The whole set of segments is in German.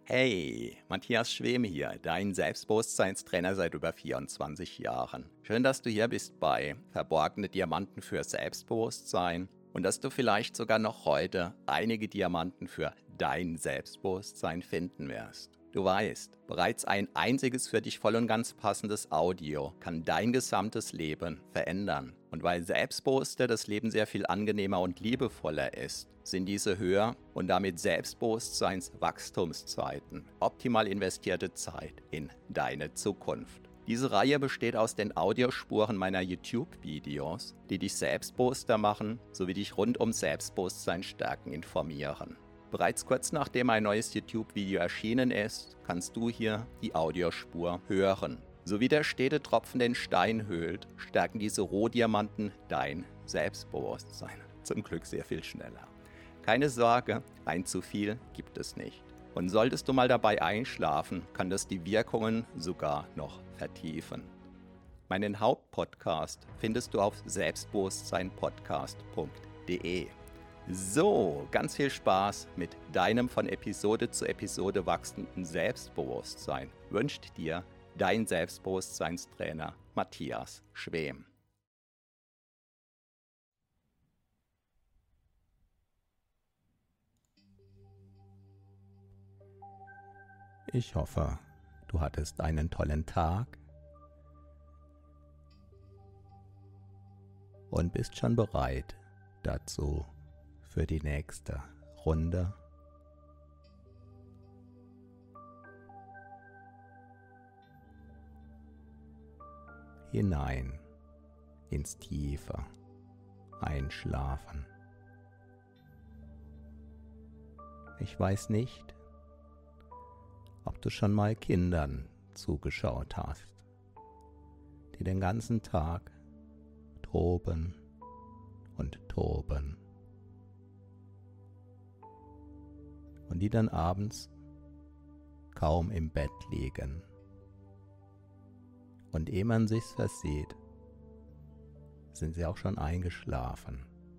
Hey, Matthias Schwem hier, dein Selbstbewusstseinstrainer seit über 24 Jahren. Schön, dass du hier bist bei Verborgene Diamanten für Selbstbewusstsein und dass du vielleicht sogar noch heute einige Diamanten für dein Selbstbewusstsein finden wirst. Du weißt, bereits ein einziges für dich voll und ganz passendes Audio kann dein gesamtes Leben verändern. Und weil Selbstbewusster das Leben sehr viel angenehmer und liebevoller ist, sind diese Höher- und damit Selbstbewusstseinswachstumszeiten optimal investierte Zeit in deine Zukunft. Diese Reihe besteht aus den Audiospuren meiner YouTube-Videos, die dich selbstbewusster machen, sowie dich rund um Selbstbewusstsein stärken informieren. Bereits kurz nachdem ein neues YouTube-Video erschienen ist, kannst du hier die Audiospur hören. So wie der stete Tropfen den Stein höhlt, stärken diese Rohdiamanten dein Selbstbewusstsein. Zum Glück sehr viel schneller. Keine Sorge, ein zu viel gibt es nicht. Und solltest du mal dabei einschlafen, kann das die Wirkungen sogar noch vertiefen. Meinen Hauptpodcast findest du auf selbstbewusstseinpodcast.de. So, ganz viel Spaß mit deinem von Episode zu Episode wachsenden Selbstbewusstsein wünscht dir dein Selbstbewusstseinstrainer Matthias Schwem. Ich hoffe, du hattest einen tollen Tag und bist schon bereit dazu für die nächste Runde. Hinein ins tiefe Einschlafen. Ich weiß nicht, ob du schon mal Kindern zugeschaut hast, die den ganzen Tag toben und toben und die dann abends kaum im Bett liegen. Und ehe man sich's versieht, sind sie auch schon eingeschlafen.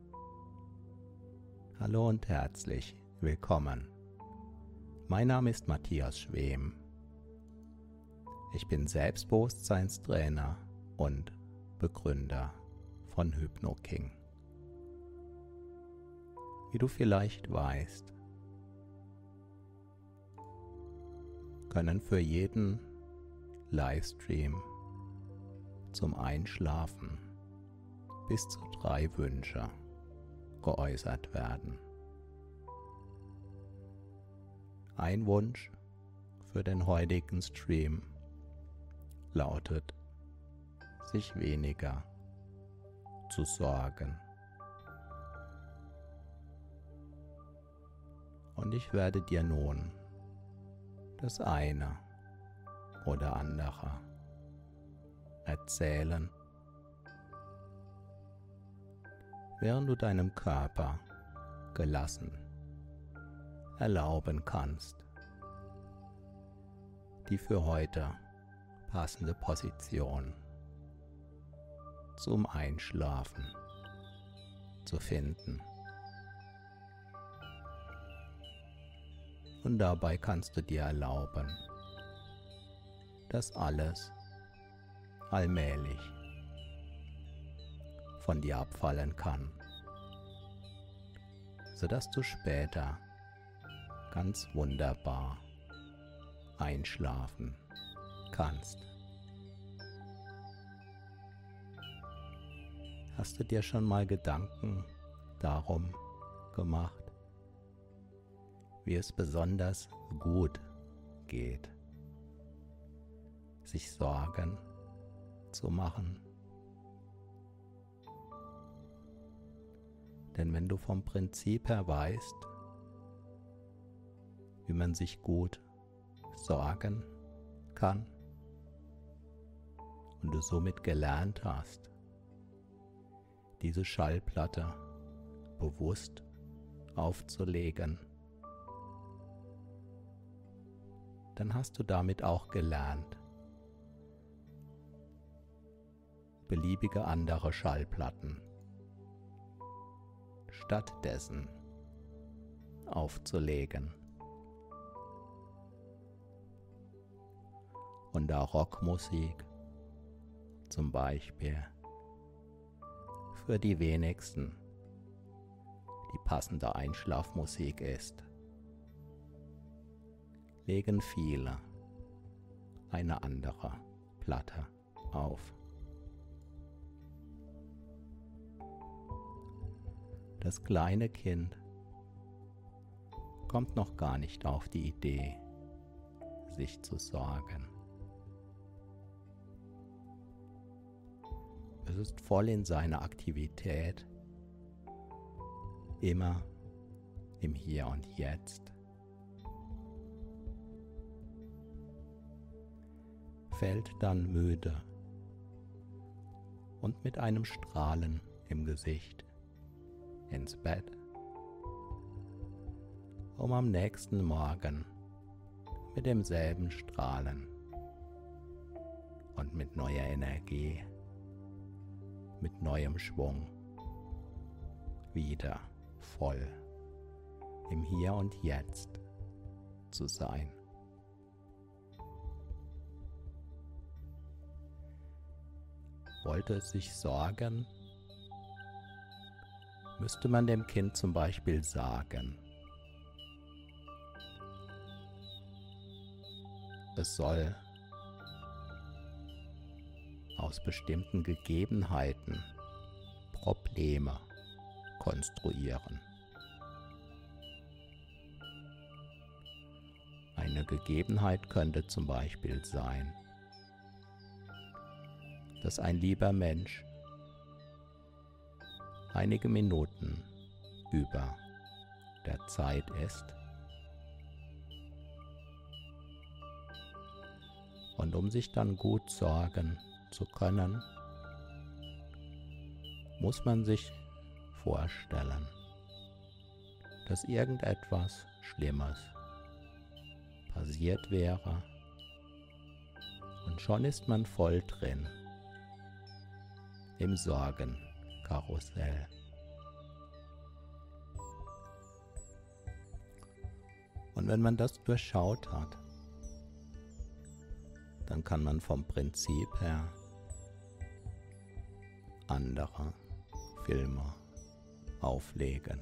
Hallo und herzlich willkommen. Mein Name ist Matthias Schwem. Ich bin Selbstbewusstseinstrainer und Begründer von HypnoKing. Wie du vielleicht weißt, können für jeden Livestream zum Einschlafen bis zu 3 Wünsche geäußert werden. Ein Wunsch für den heutigen Stream lautet, sich weniger zu sorgen. Und ich werde dir nun das eine oder andere erzählen, während du deinem Körper gelassen erlauben kannst, die für heute passende Position zum Einschlafen zu finden. Und dabei kannst du dir erlauben, dass alles allmählich von dir abfallen kann, sodass du später ganz wunderbar einschlafen kannst. Hast du dir schon mal Gedanken darum gemacht, wie es besonders gut geht, sich Sorgen zu machen? Denn wenn du vom Prinzip her weißt, wie man sich gut sorgen kann und du somit gelernt hast, diese Schallplatte bewusst aufzulegen, dann hast du damit auch gelernt, beliebige andere Schallplatten stattdessen aufzulegen. und der Rockmusik zum Beispiel für die wenigsten die passende Einschlafmusik ist, legen viele eine andere Platte auf. Das kleine Kind kommt noch gar nicht auf die Idee, sich zu sorgen. Es ist voll in seiner Aktivität, immer im Hier und Jetzt. Fällt dann müde und mit einem Strahlen im Gesicht ins Bett, um am nächsten Morgen mit demselben Strahlen und mit neuer Energie, mit neuem Schwung wieder voll im Hier und Jetzt zu sein. Wollte es sich sorgen, müsste man dem Kind zum Beispiel sagen, es soll aus bestimmten Gegebenheiten Probleme konstruieren. Eine Gegebenheit könnte zum Beispiel sein, dass ein lieber Mensch einige Minuten über der Zeit ist und um sich dann gut sorgen zu können, muss man sich vorstellen, dass irgendetwas Schlimmes passiert wäre und schon ist man voll drin im Sorgenkarussell. Und wenn man das durchschaut hat, dann kann man vom Prinzip her andere Filme auflegen.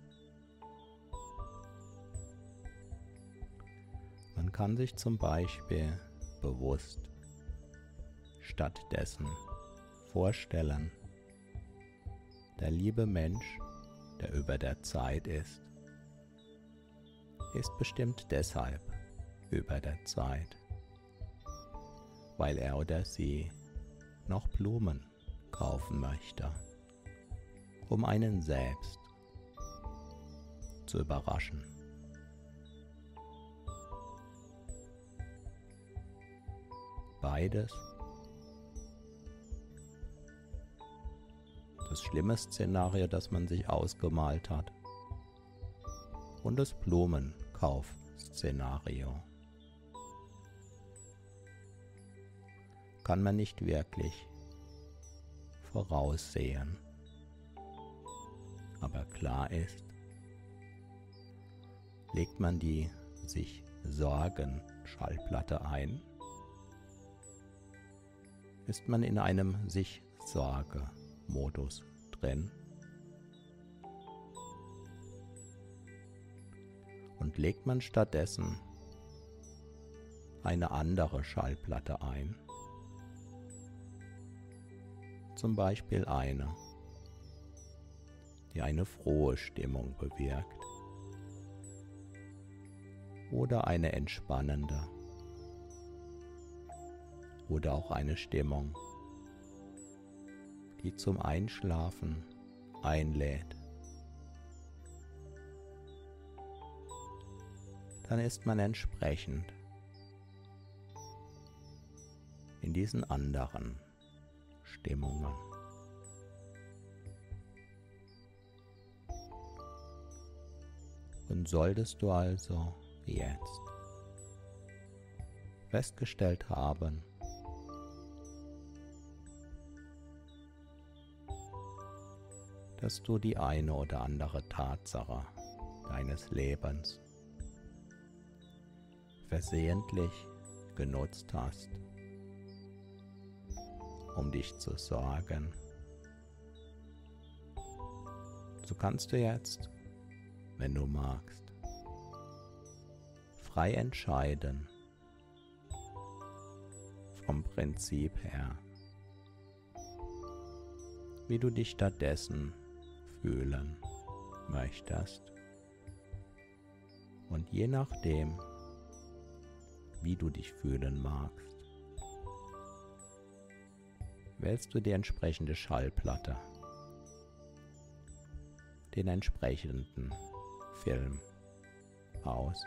Man kann sich zum Beispiel bewusst stattdessen vorstellen, der liebe Mensch, der über der Zeit ist bestimmt deshalb über der Zeit, weil er oder sie noch Blumen kaufen möchte, um einen selbst zu überraschen. Beides das schlimme Szenario, das man sich ausgemalt hat, und das Blumenkauf-Szenario kann man nicht wirklich voraussehen. Aber klar ist, legt man die sich Sorgen-Schallplatte ein, ist man in einem sich-Sorge-Modus drin und legt man stattdessen eine andere Schallplatte ein, zum Beispiel eine, die eine frohe Stimmung bewirkt oder eine entspannende oder auch eine Stimmung, die zum Einschlafen einlädt. Dann ist man entsprechend in diesen anderen Stimmungen. Und solltest du also jetzt festgestellt haben, dass du die eine oder andere Tatsache deines Lebens versehentlich genutzt hast, um dich zu sorgen, so kannst du jetzt, wenn du magst, frei entscheiden, vom Prinzip her, wie du dich stattdessen fühlen möchtest. Und je nachdem, wie du dich fühlen magst, wählst du die entsprechende Schallplatte, den entsprechenden Film aus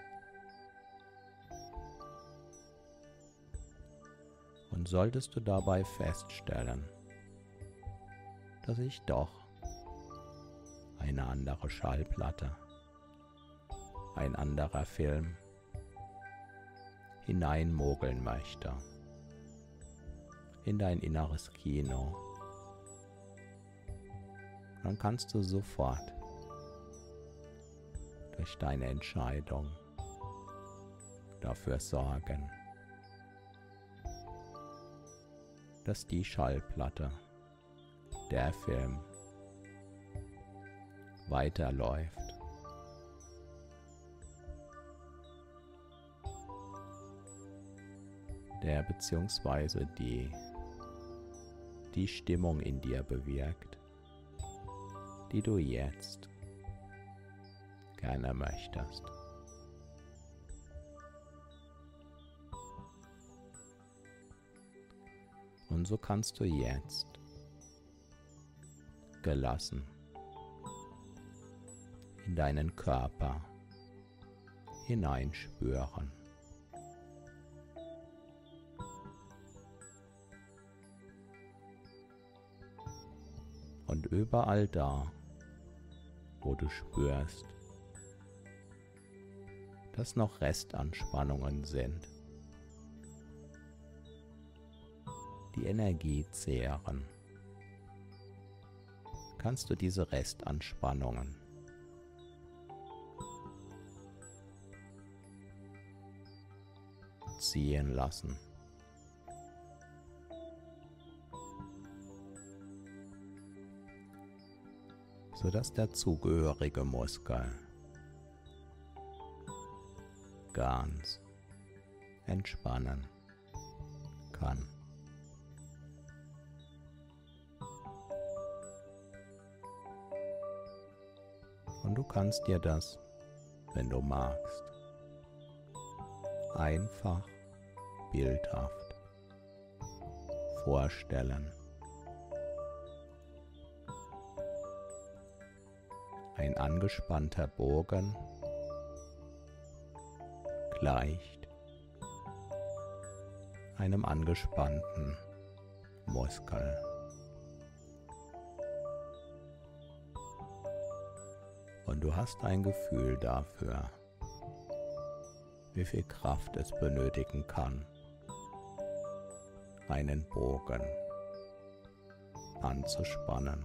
und solltest du dabei feststellen, dass sich doch eine andere Schallplatte, ein anderer Film hineinmogeln möchte in dein inneres Kino, dann kannst du sofort durch deine Entscheidung dafür sorgen, dass die Schallplatte, der Film, weiterläuft. Der bzw. die Stimmung in dir bewirkt, die du jetzt gerne möchtest. Und so kannst du jetzt gelassen in deinen Körper hineinspüren. Und überall da, wo du spürst, dass noch Restanspannungen sind, die Energie zehren, kannst du diese Restanspannungen ziehen lassen. Sodass der zugehörige Muskel ganz entspannen kann. Und du kannst dir das, wenn du magst, einfach bildhaft vorstellen. Ein angespannter Bogen gleicht einem angespannten Muskel. Und du hast ein Gefühl dafür, wie viel Kraft es benötigen kann, einen Bogen anzuspannen.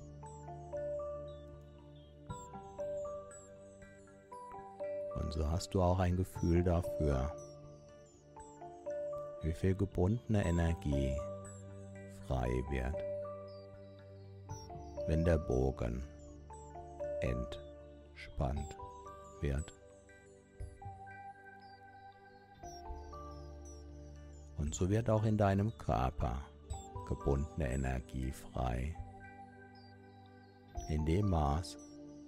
Und so hast du auch ein Gefühl dafür, wie viel gebundene Energie frei wird, wenn der Bogen entspannt wird. Und so wird auch in deinem Körper gebundene Energie frei, in dem Maß,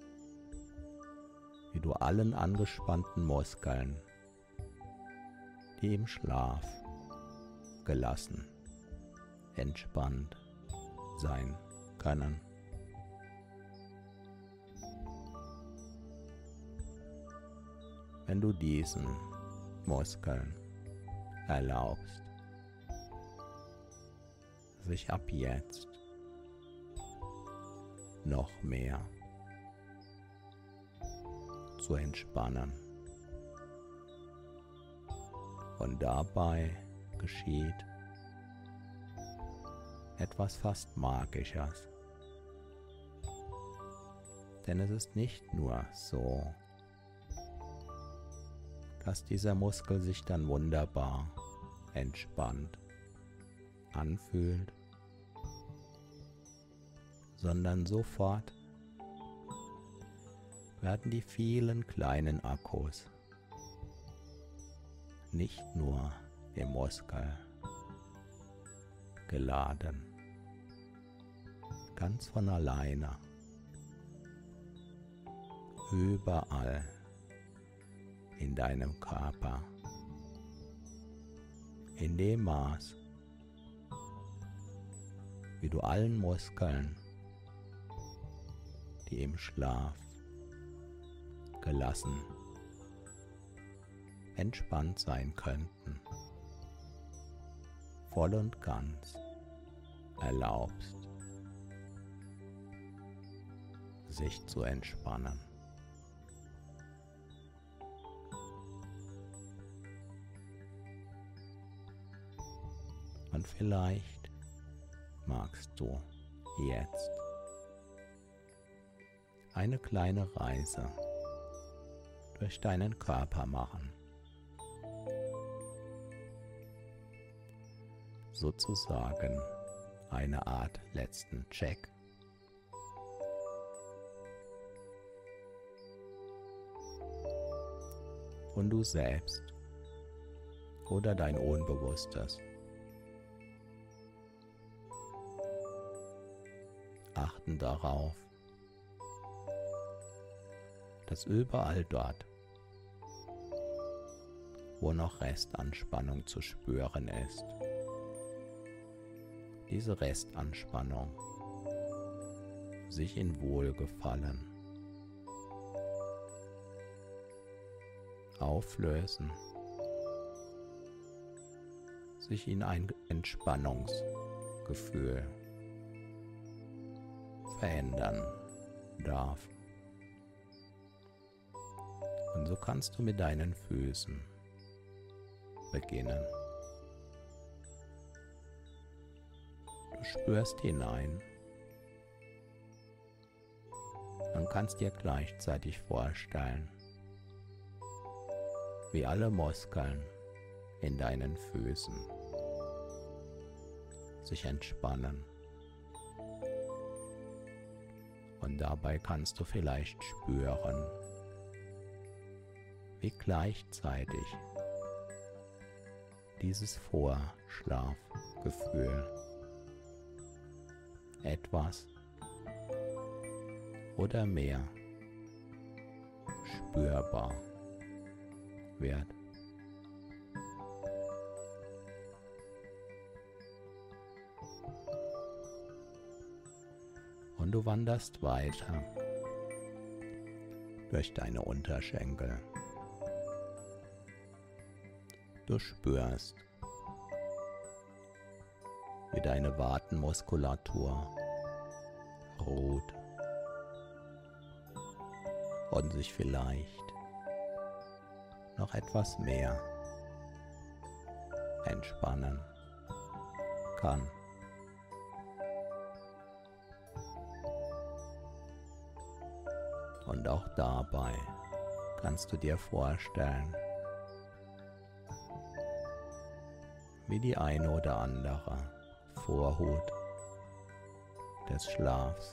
wie du allen angespannten Muskeln, die im Schlaf gelassen, entspannt sein können. Wenn du diesen Muskeln erlaubst, sich ab jetzt noch mehr zu entspannen. Und dabei geschieht etwas fast Magisches. Denn es ist nicht nur so, dass dieser Muskel sich dann wunderbar entspannt anfühlt, sondern sofort werden die vielen kleinen Akkus nicht nur im Muskel geladen, ganz von alleine, überall in deinem Körper, in dem Maß, wie du allen Muskeln, die im Schlaf gelassen, entspannt sein könnten, voll und ganz erlaubst, sich zu entspannen. Und vielleicht magst du jetzt eine kleine Reise durch deinen Körper machen. Sozusagen eine Art letzten Check. Und du selbst oder dein Unbewusstes achten darauf, dass überall dort, wo noch Restanspannung zu spüren ist, diese Restanspannung sich in Wohlgefallen auflösen, sich in ein Entspannungsgefühl verändern darf. Und so kannst du mit deinen Füßen beginnen. Du spürst hinein und kannst dir gleichzeitig vorstellen, wie alle Muskeln in deinen Füßen sich entspannen. Und dabei kannst du vielleicht spüren, wie gleichzeitig dieses Vorschlafgefühl etwas oder mehr spürbar wird. Und du wanderst weiter durch deine Unterschenkel. Du spürst, wie deine Wadenmuskulatur ruht und sich vielleicht noch etwas mehr entspannen kann. Und auch dabei kannst du dir vorstellen, wie die eine oder andere Vorhut des Schlafs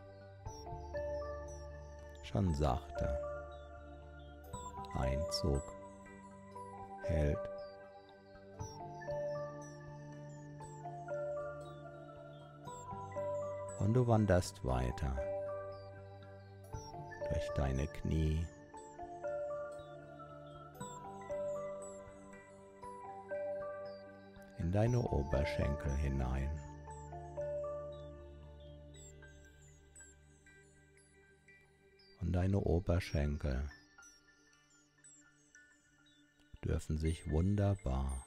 schon sachte Einzug hält. Und du wanderst weiter durch deine Knie, in deine Oberschenkel hinein. Und deine Oberschenkel dürfen sich wunderbar,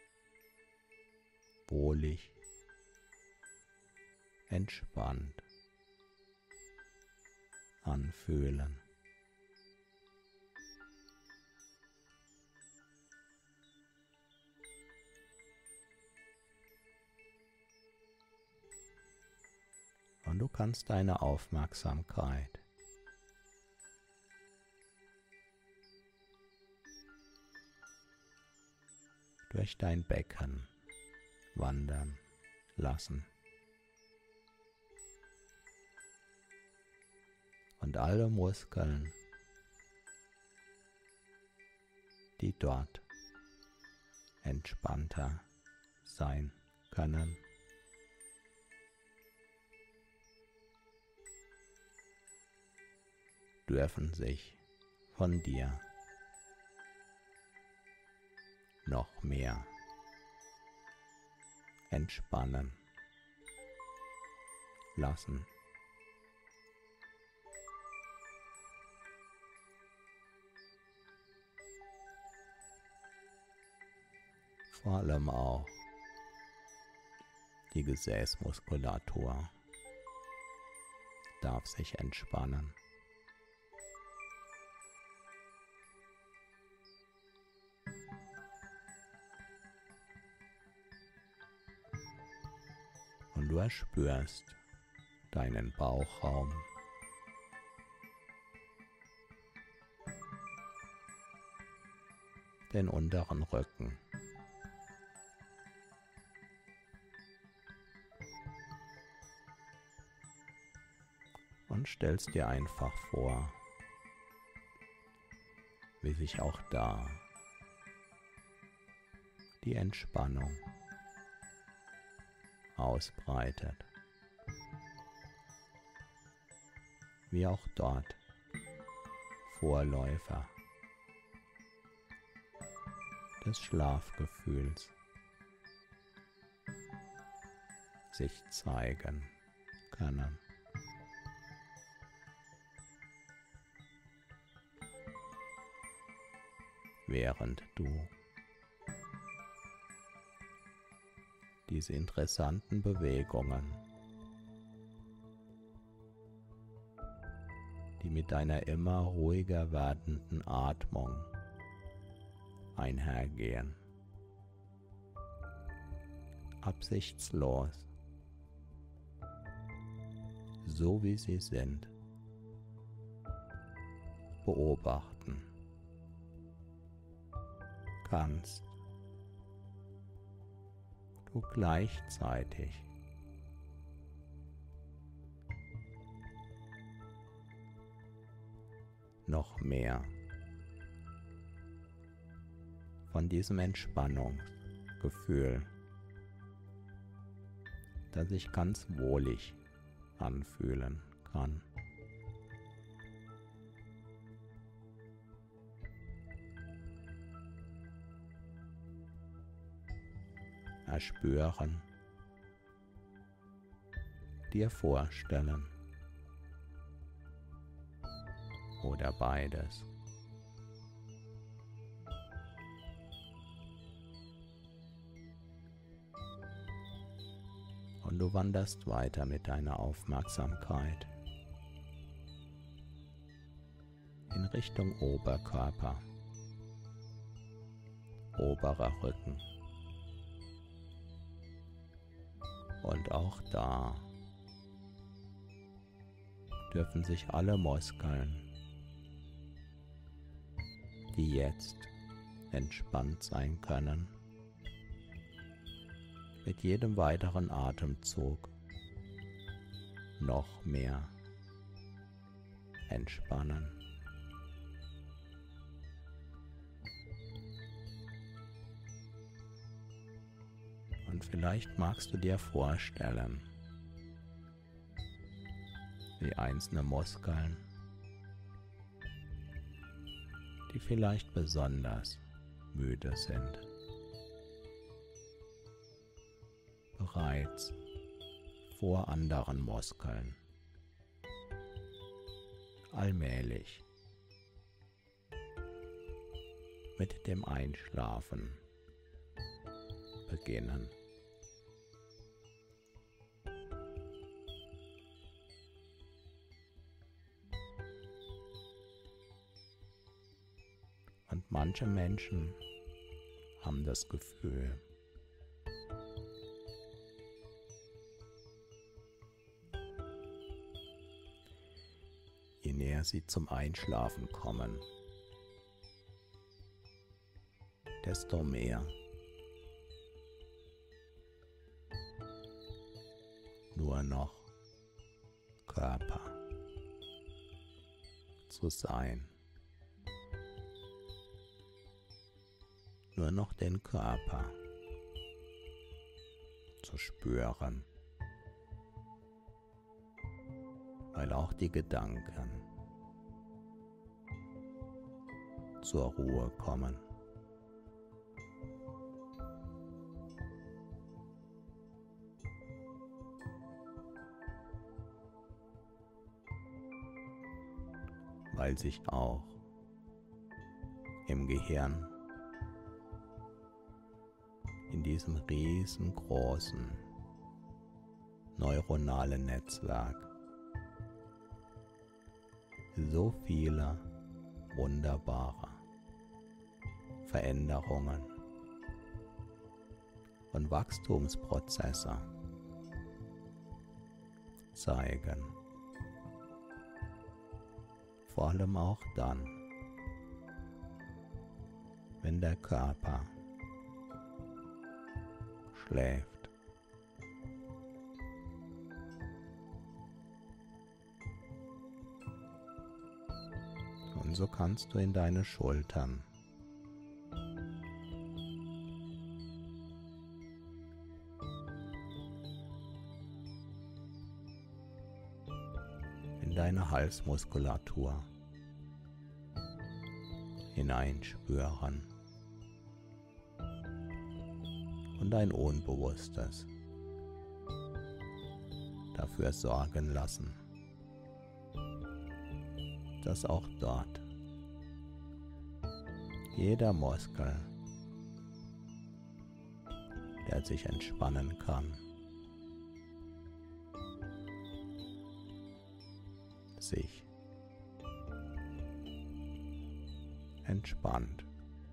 wohlig, entspannt anfühlen. Und du kannst deine Aufmerksamkeit durch dein Becken wandern lassen. Und alle Muskeln, die dort entspannter sein können, dürfen sich von dir noch mehr entspannen lassen. Vor allem auch die Gesäßmuskulatur darf sich entspannen. Und du erspürst deinen Bauchraum, den unteren Rücken, und stellst dir einfach vor, wie sich auch da die Entspannung ausbreitet, wie auch dort Vorläufer des Schlafgefühls sich zeigen können. Während du diese interessanten Bewegungen, die mit deiner immer ruhiger werdenden Atmung einhergehen, absichtslos, so wie sie sind, beobachten kannst, du gleichzeitig noch mehr von diesem Entspannungsgefühl, das sich ganz wohlig anfühlen kann, erspüren, dir vorstellen oder beides. Und du wanderst weiter mit deiner Aufmerksamkeit in Richtung Oberkörper, oberer Rücken. Und auch da dürfen sich alle Muskeln, die jetzt entspannt sein können, mit jedem weiteren Atemzug noch mehr entspannen. Und vielleicht magst du dir vorstellen, wie einzelne Muskeln, die vielleicht besonders müde sind, bereits vor anderen Muskeln allmählich mit dem Einschlafen beginnen. Und manche Menschen haben das Gefühl, je näher sie zum Einschlafen kommen, desto mehr nur noch Körper zu sein. Nur noch den Körper zu spüren, weil auch die Gedanken zur Ruhe kommen. Weil sich auch im Gehirn, in diesem riesengroßen neuronalen Netzwerk, so viele wunderbare Veränderungen und Wachstumsprozesse zeigen. Vor allem auch dann, wenn der Körper schläft. Und so kannst du in deine Schultern in deine Halsmuskulatur hineinspüren und dein Unbewusstes dafür sorgen lassen, dass auch dort jeder Muskel, der sich entspannen kann, sich entspannt.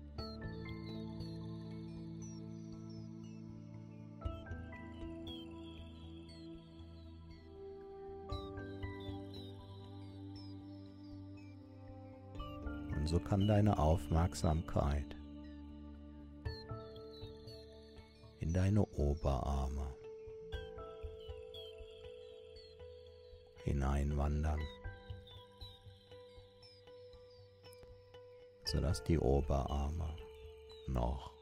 Und so kann deine Aufmerksamkeit in deine Oberarme hineinwandern, sodass die Oberarme noch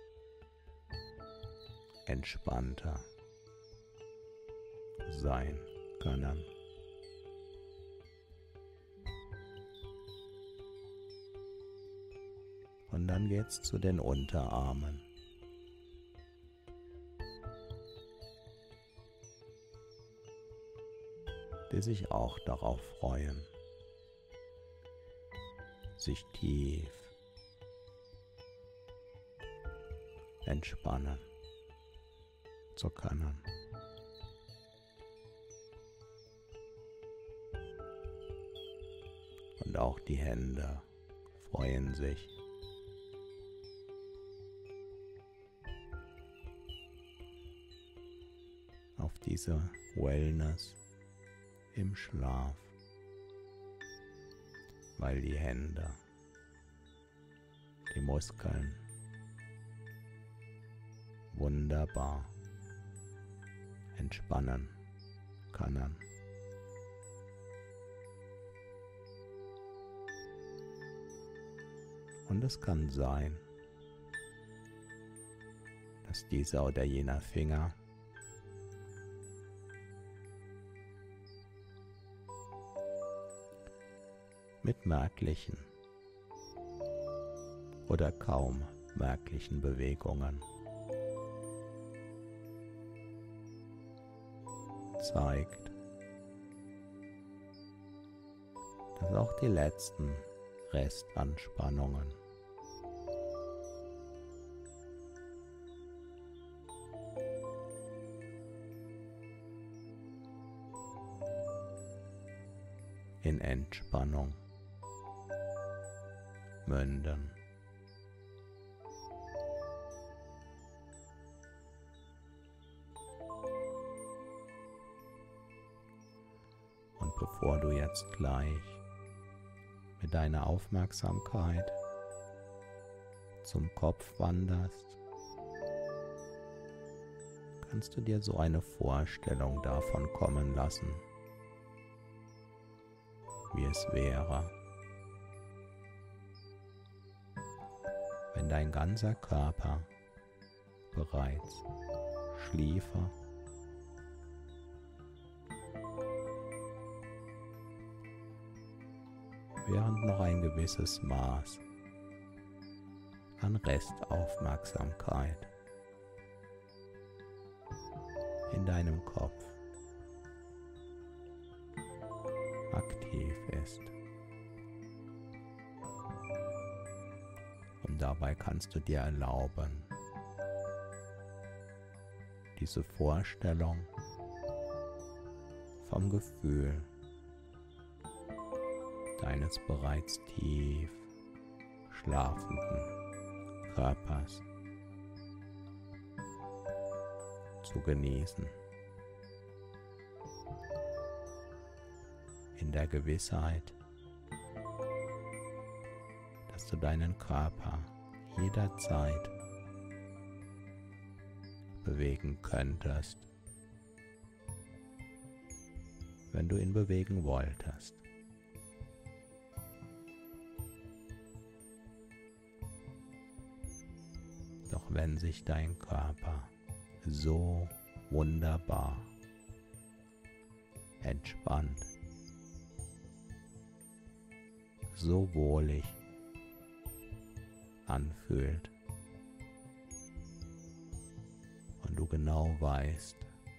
entspannter sein können. Und dann geht's zu den Unterarmen. Die sich auch darauf freuen, sich tief entspannen zu können. Und auch die Hände freuen sich, auf diese Wellness im Schlaf, weil die Hände, die Muskeln wunderbar entspannen können. Und es kann sein, dass dieser oder jener Finger mit merklichen oder kaum merklichen Bewegungen zeigt, dass auch die letzten Restanspannungen in Entspannung münden. Und bevor du jetzt gleich mit deiner Aufmerksamkeit zum Kopf wanderst, kannst du dir so eine Vorstellung davon kommen lassen, wie es wäre, wenn dein ganzer Körper bereits schliefe, während noch ein gewisses Maß an Restaufmerksamkeit in deinem Kopf aktiv ist. Und dabei kannst du dir erlauben, diese Vorstellung vom Gefühl deines bereits tief schlafenden Körpers zu genießen, in der Gewissheit, dass du deinen Körper jederzeit bewegen könntest, wenn du ihn bewegen wolltest. Doch wenn sich dein Körper so wunderbar entspannt, so wohlig anfühlt und du genau weißt,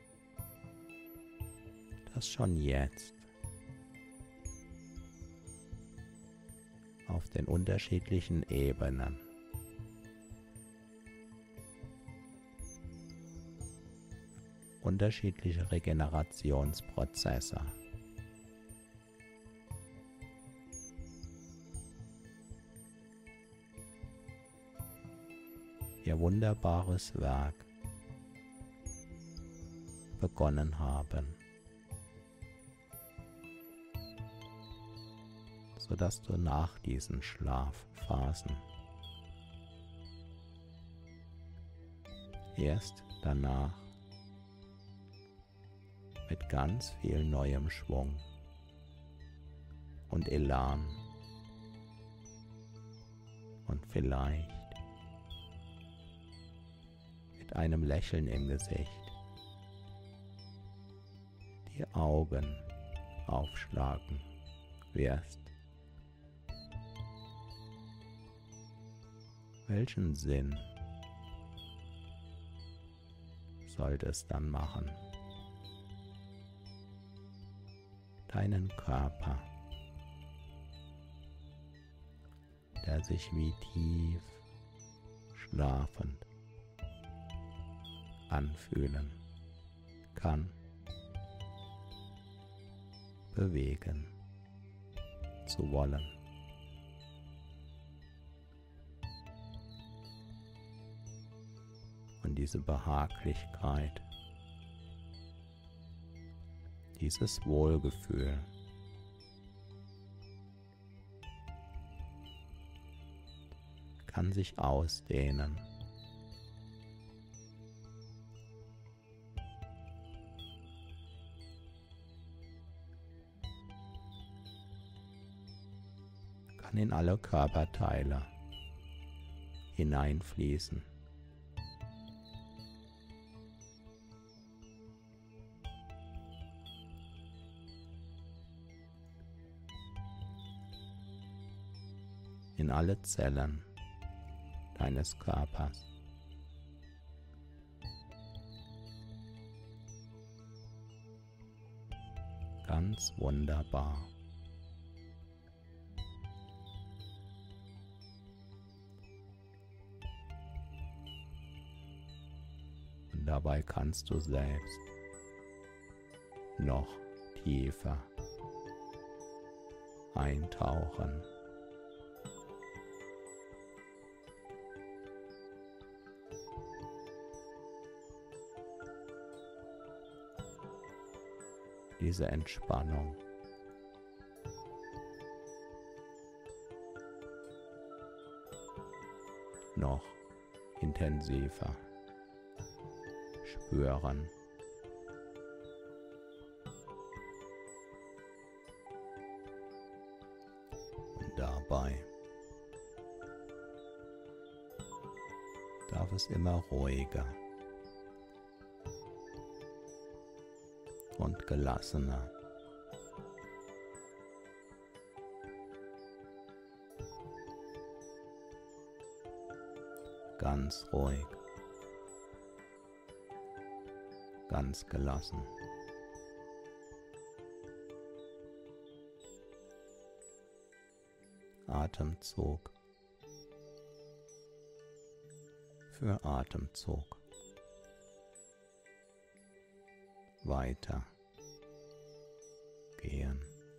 dass schon jetzt auf den unterschiedlichen Ebenen unterschiedliche Regenerationsprozesse ihr wunderbares Werk begonnen haben, sodass du nach diesen Schlafphasen erst danach mit ganz viel neuem Schwung und Elan und vielleicht mit einem Lächeln im Gesicht die Augen aufschlagen wirst. Welchen Sinn sollte es dann machen, deinen Körper, der sich wie tief schlafend anfühlen kann, bewegen zu wollen? Und diese Behaglichkeit, dieses Wohlgefühl kann sich ausdehnen kann in alle Körperteile hineinfließen. In alle Zellen deines Körpers. Ganz wunderbar. Und dabei kannst du selbst noch tiefer eintauchen. Diese Entspannung noch intensiver spüren. Und dabei darf es immer ruhiger und gelassener ganz ruhig, ganz gelassen. Atemzug für Atemzug. Weiter gehen.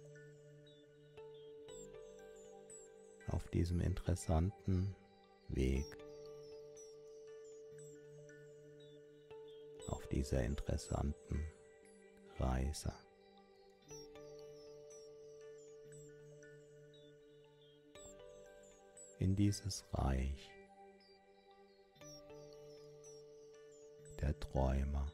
Auf diesem interessanten Weg. Auf dieser interessanten Reise. In dieses Reich der Träumer.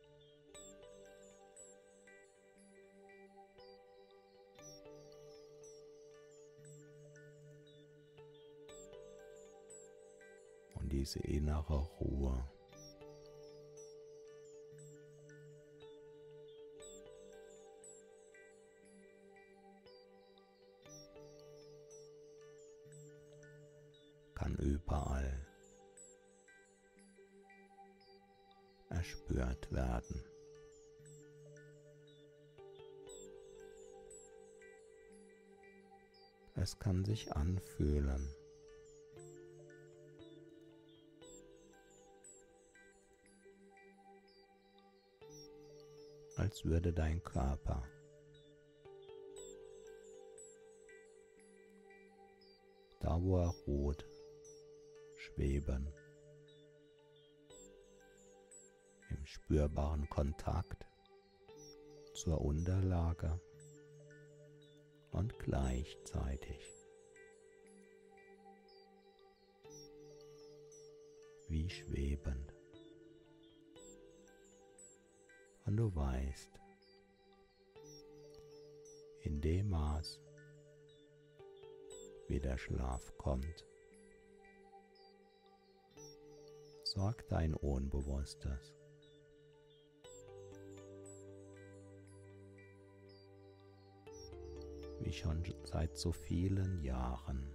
Und diese innere Ruhe. Kann überall erspürt werden. Es kann sich anfühlen, als würde dein Körper da, wo er ruht, schweben, im spürbaren Kontakt zur Unterlage und gleichzeitig wie schwebend. Und du weißt, in dem Maß, wie der Schlaf kommt, sorgt dein Unbewusstes wie schon seit so vielen Jahren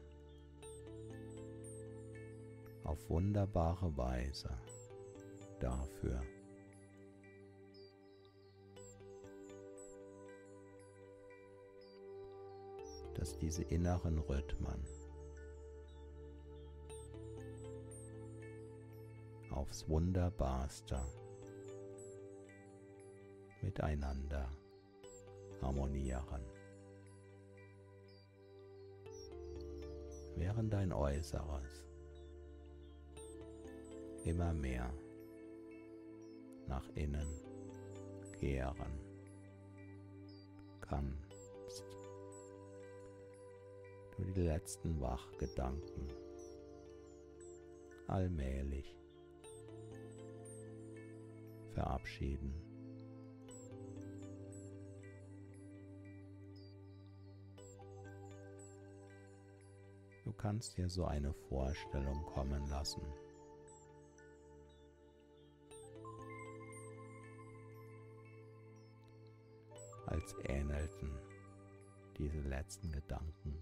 auf wunderbare Weise dafür, dass diese inneren Rhythmen aufs Wunderbarste miteinander harmonieren, während dein Äußeres immer mehr nach innen kehren kannst. Du die letzten Wachgedanken allmählich verabschieden. Du kannst dir so eine Vorstellung kommen lassen, als ähnelten diese letzten Gedanken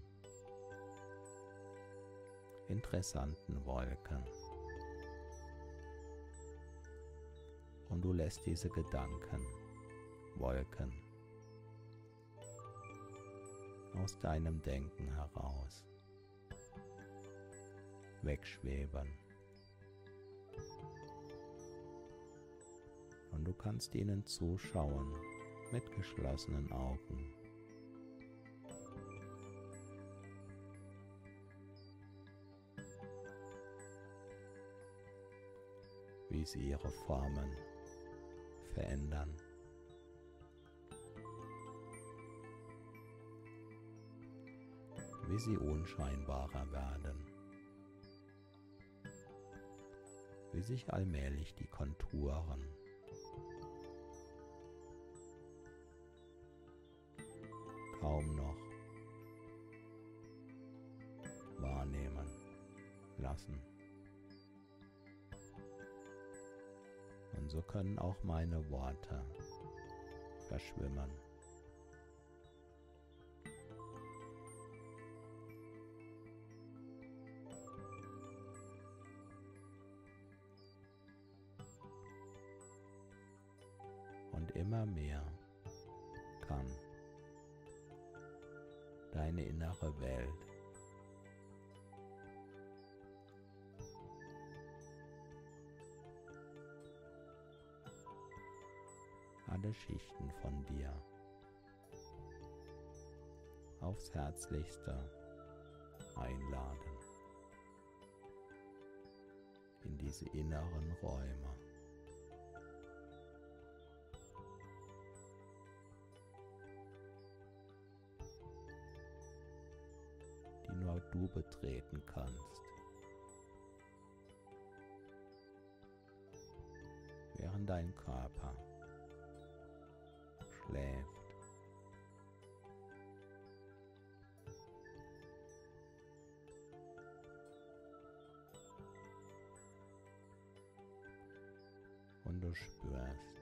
interessanten Wolken. Und du lässt diese Gedanken, Wolken, aus deinem Denken heraus wegschweben. Und du kannst ihnen zuschauen mit geschlossenen Augen. Wie sie ihre Formen verändern. Wie sie unscheinbarer werden. Wie sich allmählich die Konturen kaum noch wahrnehmen lassen. Und so können auch meine Worte verschwimmen. Und immer mehr kann deine innere Welt alle Schichten von dir aufs Herzlichste einladen in diese inneren Räume. Die nur du betreten kannst, während dein Körper schläft. Und du spürst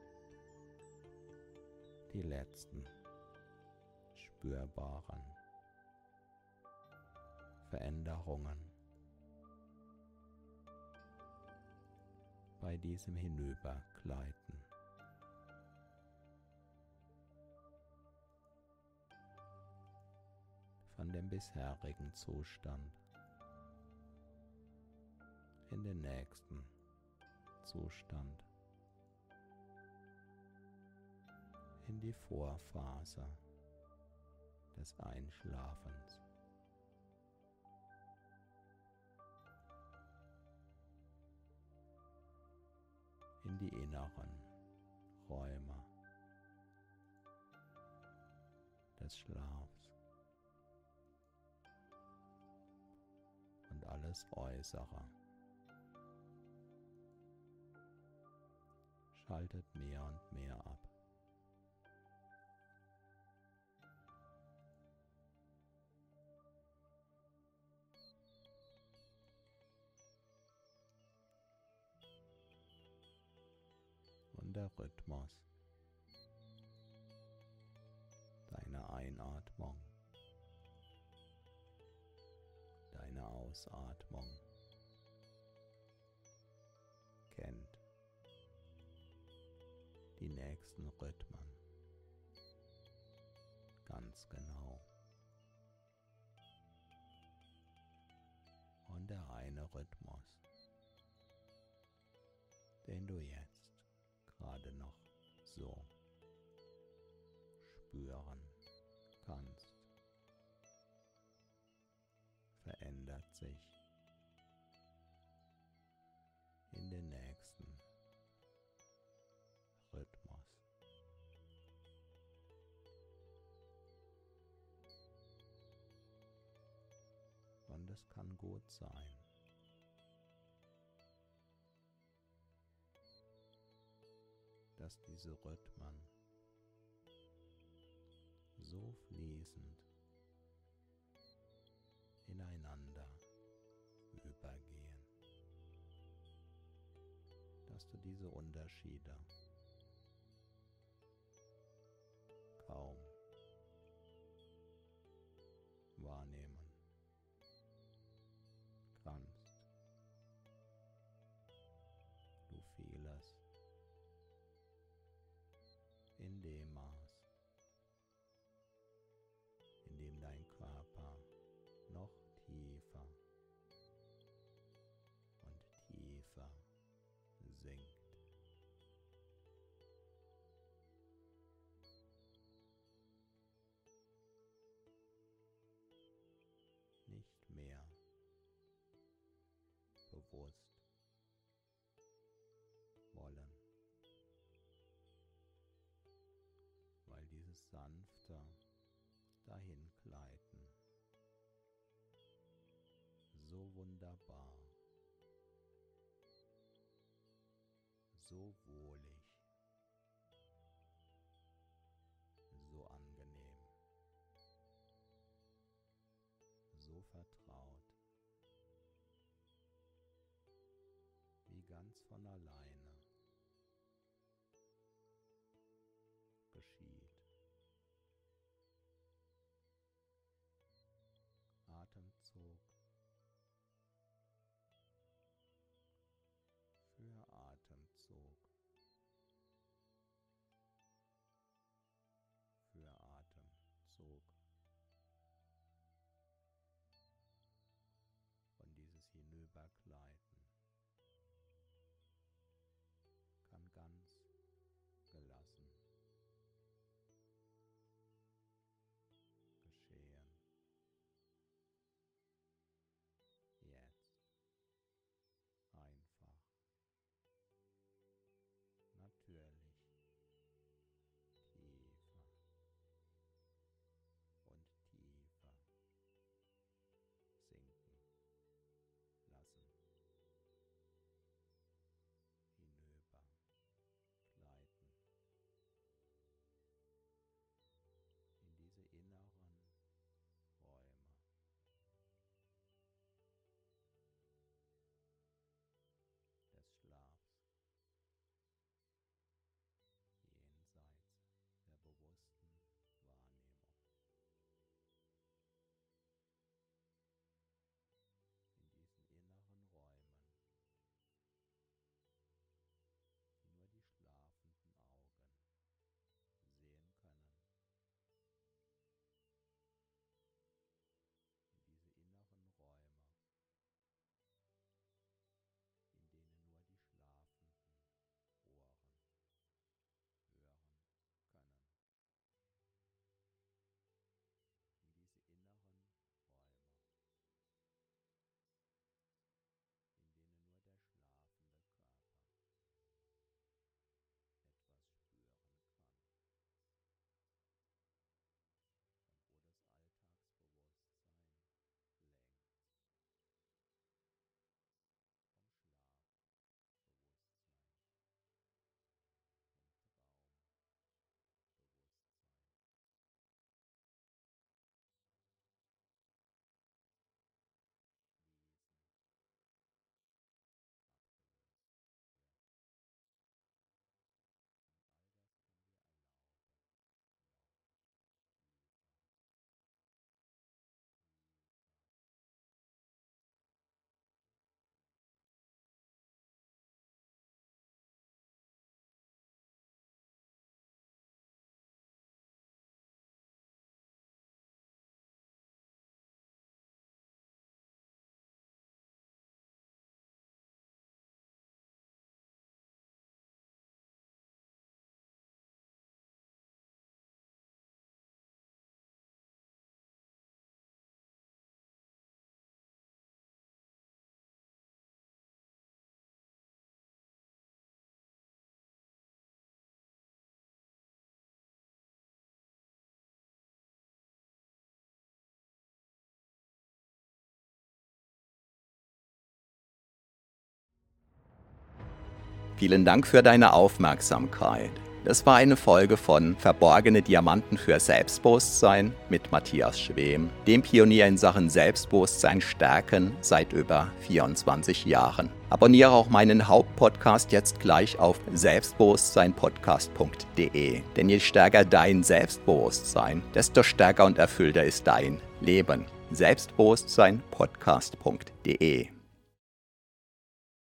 die letzten spürbaren Veränderungen bei diesem Hinübergleiten. Von dem bisherigen Zustand in den nächsten Zustand, in die Vorphase des Einschlafens. In die inneren Räume des Schlafs und alles Äußere schaltet mehr und mehr ab. Und der Rhythmus deiner Einatmung, deiner Ausatmung kennt die nächsten Rhythmen ganz genau. Und der eine Rhythmus, den du jetzt gerade noch so spüren kannst, verändert sich in den nächsten Rhythmus. Und es kann gut sein, dass diese Rhythmen so fließend ineinander übergehen, dass du diese Unterschiede kaum wahrnehmen kannst. Du vieles in dem Maß, in dem dein Körper noch tiefer und tiefer sinkt. Nicht mehr bewusst wollen, weil dieses sanfte Dahingleiten so wunderbar, so wohlig, so angenehm ganz von alleine geschieht. Atemzug für Atemzug für Atemzug. Und dieses Hinübergleiten kann ganz gelassen geschehen. Jetzt einfach, natürlich, tiefer und tiefer sinken lassen, hinüber gleiten in diese inneren Räume des Schlafs, jenseits der bewussten Wahrnehmung, in diesen inneren Räumen, die nur die schlafenden Augen sehen können, in diese inneren Räume, in denen nur die schlafenden Ohren hören können, in diese inneren Räume, in denen nur der schlafende Körper etwas spüren kann und wo das Alltagsbewusstsein längst vom Schlafbewusstsein, vom Traumbewusstsein fließend abgelöst wird. Und all das kann dir erlauben, noch tiefer, tiefer und tiefer Vielen Dank für deine Aufmerksamkeit. Das war eine Folge von Verborgene Diamanten für Selbstbewusstsein mit Matthias Schwem, dem Pionier in Sachen Selbstbewusstsein stärken seit über 24 Jahren. Abonniere auch meinen Hauptpodcast jetzt gleich auf selbstbewusstseinpodcast.de. Denn je stärker dein Selbstbewusstsein, desto stärker und erfüllter ist dein Leben. Selbstbewusstseinpodcast.de